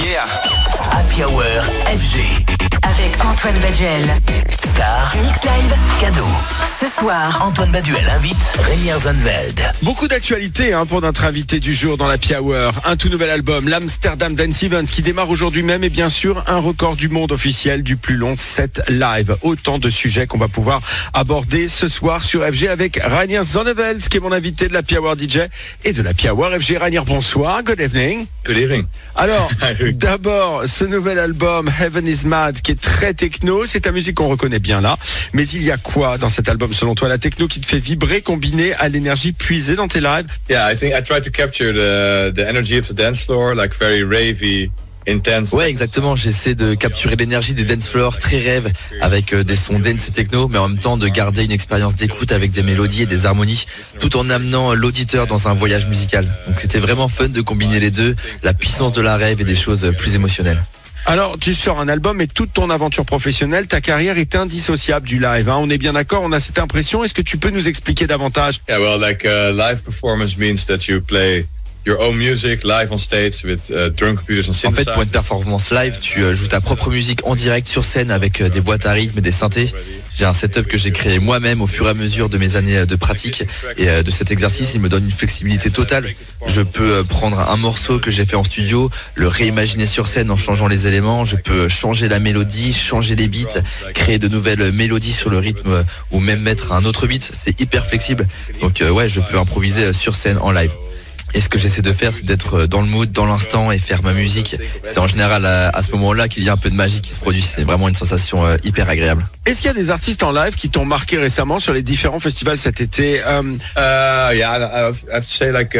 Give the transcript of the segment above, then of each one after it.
Yeah. Happy Hour FG. Avec Antoine Baduel. Star, Mix Live, cadeau. Ce soir, Antoine Baduel invite Rainier Zonneveld. Beaucoup d'actualités pour notre invité du jour dans la Happy Hour. Un tout nouvel album, l'Amsterdam Dance Event, qui démarre aujourd'hui même, et bien sûr un record du monde officiel du plus long set live. Autant de sujets qu'on va pouvoir aborder ce soir sur FG avec Rainier Zonneveld, qui est mon invité de la Happy Hour DJ et de la Happy Hour FG. Rainier, bonsoir, good evening. Good evening. Alors, d'abord, ce nouvel album, Heaven is Mad, qui est très techno. C'est ta musique qu'on reconnaît bien là. Mais il y a quoi dans cet album, selon toi? La techno qui te fait vibrer, combinée à l'énergie puisée dans tes lives? Yeah, I think I tried to capture the energy of the dance floor, like very ravey, intense. Ouais, exactement. J'essaie de capturer l'énergie des dance floors, très rêve, avec des sons dance et techno, mais en même temps de garder une expérience d'écoute avec des mélodies et des harmonies, tout en amenant l'auditeur dans un voyage musical. Donc c'était vraiment fun de combiner les deux, la puissance de la rêve et des choses plus émotionnelles. Alors, tu sors un album et toute ton aventure professionnelle, ta carrière est indissociable du live. On est bien d'accord, on a cette impression. Est-ce que tu peux nous expliquer davantage? Yeah, well, like live performance means that you play your own music live on stage with drum computers and synthesizers. En fait, pour une performance live, tu joues ta propre musique en direct sur scène avec des boîtes à rythme et des synthés. J'ai un setup que j'ai créé moi-même au fur et à mesure de mes années de pratique, et de cet exercice, il me donne une flexibilité totale. Je peux prendre un morceau que j'ai fait en studio, le réimaginer sur scène en changeant les éléments. Je peux changer la mélodie, changer les beats, créer de nouvelles mélodies sur le rythme ou même mettre un autre beat. C'est hyper flexible. Donc ouais, je peux improviser sur scène en live. Et ce que j'essaie de faire, c'est d'être dans le mood, dans l'instant et faire ma musique. C'est en général à ce moment-là qu'il y a un peu de magie qui se produit. C'est vraiment une sensation hyper agréable. Est-ce qu'il y a des artistes en live qui t'ont marqué récemment sur les différents festivals cet été? Yeah, I have to say like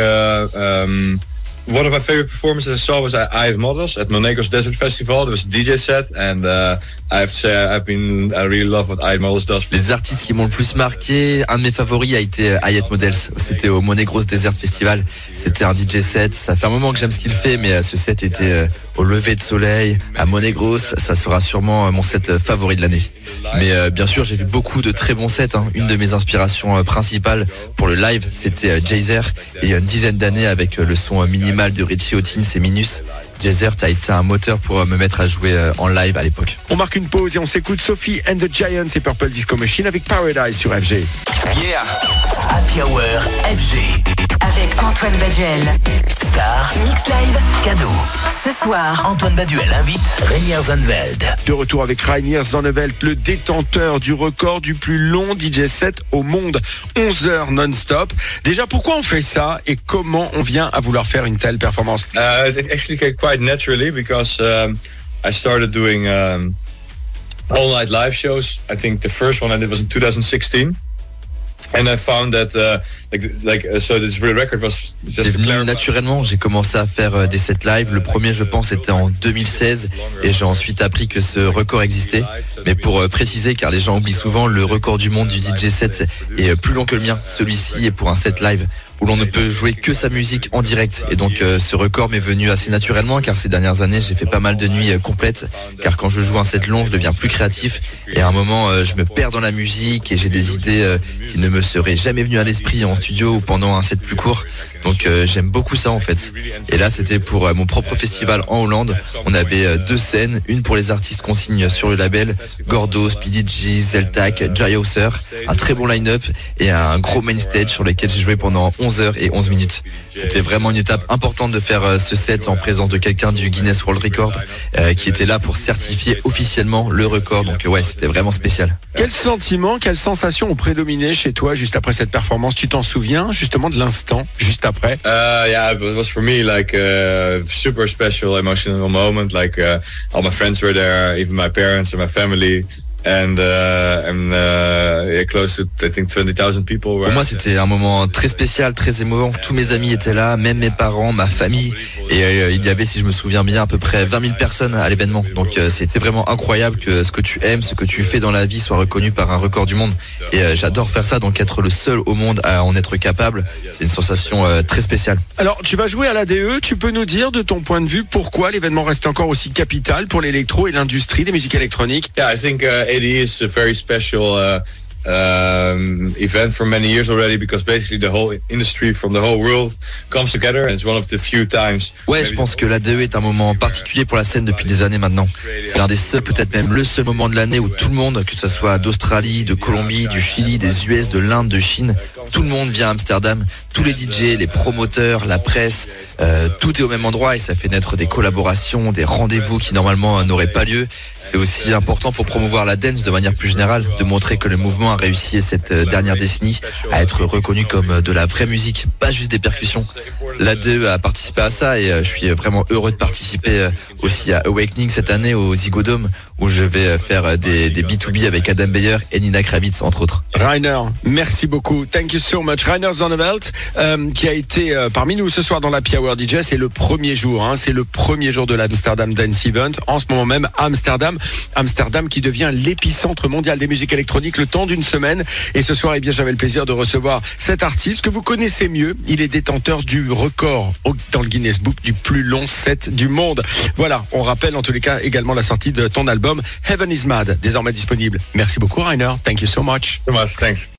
one of my favorite performances I saw was I Have Models at Monegros Desert Festival. There was a DJ set, and I have to say I really love what I Have Models does. Les artistes qui m'ont le plus marqué, un de mes favoris a été I Have Models. C'était au Monegros Desert Festival. C'était un DJ set. Ça fait un moment que j'aime ce qu'il fait, mais ce set était au lever de soleil à Monegros. Ça sera sûrement mon set favori de l'année. Mais bien sûr, j'ai vu beaucoup de très bons sets. Une de mes inspirations principales pour le live, c'était Jay-Z. Il y a une dizaine d'années, avec le son minimal de Richie Hawtins et Minus, Jay-Z a été un moteur pour me mettre à jouer en live à l'époque. On marque une pause et on s'écoute Sophie and the Giants et Purple Disco Machine avec Paradise sur FG. Yeah. Happy Hour FG. avec Antoine Baduel. Star, Mix Live, cadeau. Ce soir, Antoine Baduel invite Rainier Zonneveld. De retour avec Rainier Zonneveld, le détenteur du record du plus long DJ set au monde. 11 heures non-stop. Déjà, pourquoi on fait ça et comment on vient à vouloir faire une telle performance? It actually came quite naturally because I started doing all-night live shows. I think the first one I did was in 2016. And I found that so this record was just c'est venu naturellement. J'ai commencé à faire des sets live. Le premier, je pense, était en 2016 et j'ai ensuite appris que ce record existait. Mais pour préciser, car les gens oublient souvent, le record du monde du DJ set est plus long que le mien. Celui-ci est pour un set live où l'on ne peut jouer que sa musique en direct. Et donc ce record m'est venu assez naturellement, car ces dernières années j'ai fait pas mal de nuits complètes, car quand je joue un set long je deviens plus créatif et à un moment je me perds dans la musique et j'ai des idées qui ne me seraient jamais venues à l'esprit en studio ou pendant un set plus court. Donc j'aime beaucoup ça en fait. Et là c'était pour mon propre festival en Hollande. On avait deux scènes, une pour les artistes qu'on signe sur le label, Gordo, Speedy G, Zeltac, Jai Hauser, un très bon line-up et un gros main stage sur lequel j'ai joué pendant 11 heures et 11 minutes. C'était vraiment une étape importante de faire ce set en présence de quelqu'un du Guinness World Record qui était là pour certifier officiellement le record. Donc ouais, c'était vraiment spécial. Quel sentiment, quelles sensations ont prédominé chez toi juste après cette performance? Tu t'en souviens justement de l'instant juste après? Yeah, it was for me like a super special emotional moment. Like all my friends were there, even my parents and my family. And close to I think 20,000 people were. Pour moi, c'était un moment très spécial, très émouvant. Tous mes amis étaient là, même mes parents, ma famille. Et il y avait, si je me souviens bien, à peu près 20 000 personnes à l'événement. Donc c'était vraiment incroyable que ce que tu aimes, ce que tu fais dans la vie soit reconnu par un record du monde. Et j'adore faire ça, donc être le seul au monde à en être capable, c'est une sensation très spéciale. Alors, tu vas jouer à l'ADE. Tu peux nous dire, de ton point de vue, pourquoi l'événement reste encore aussi capital pour l'électro et l'industrie des musiques électroniques? Yeah, I think ADE is a very special event for many years already, because basically the whole industry from the whole world comes together, and it's one of the few times. Ouais, je pense que l'ADE est un moment particulier pour la scène depuis des années maintenant. C'est l'un des seuls, peut-être même le seul moment de l'année où tout le monde, que ce soit d'Australie, de Colombie, du Chili, des US, de l'Inde, de Chine, tout le monde vient à Amsterdam. Tous les DJ, les promoteurs, la presse, tout est au même endroit et ça fait naître des collaborations, des rendez-vous qui normalement n'auraient pas lieu. C'est aussi important pour promouvoir la dance de manière plus générale, de montrer que le mouvement a réussi cette dernière décennie à être reconnu comme de la vraie musique, pas juste des percussions. L'ADE a participé à ça et je suis vraiment heureux de participer aussi à Awakening cette année au Ziggo-Dome, où je vais faire des B2B avec Adam Beyer et Nina Kravitz entre autres. Rainer, merci beaucoup. Thank you so much. Rainer Zonneveld, qui a été parmi nous ce soir dans la Hour DJ. C'est le premier jour, c'est le premier jour de l'Amsterdam Dance Event. En ce moment même, Amsterdam qui devient l'épicentre mondial des musiques électroniques le temps d'une semaine. Et ce soir, j'avais le plaisir de recevoir cet artiste que vous connaissez mieux. Il est détenteur du record dans le Guinness Book du plus long set du monde. Voilà, on rappelle en tous les cas également la sortie de ton album Heaven is Mad, désormais disponible. Merci beaucoup Rainer. Thank you so much. Thanks.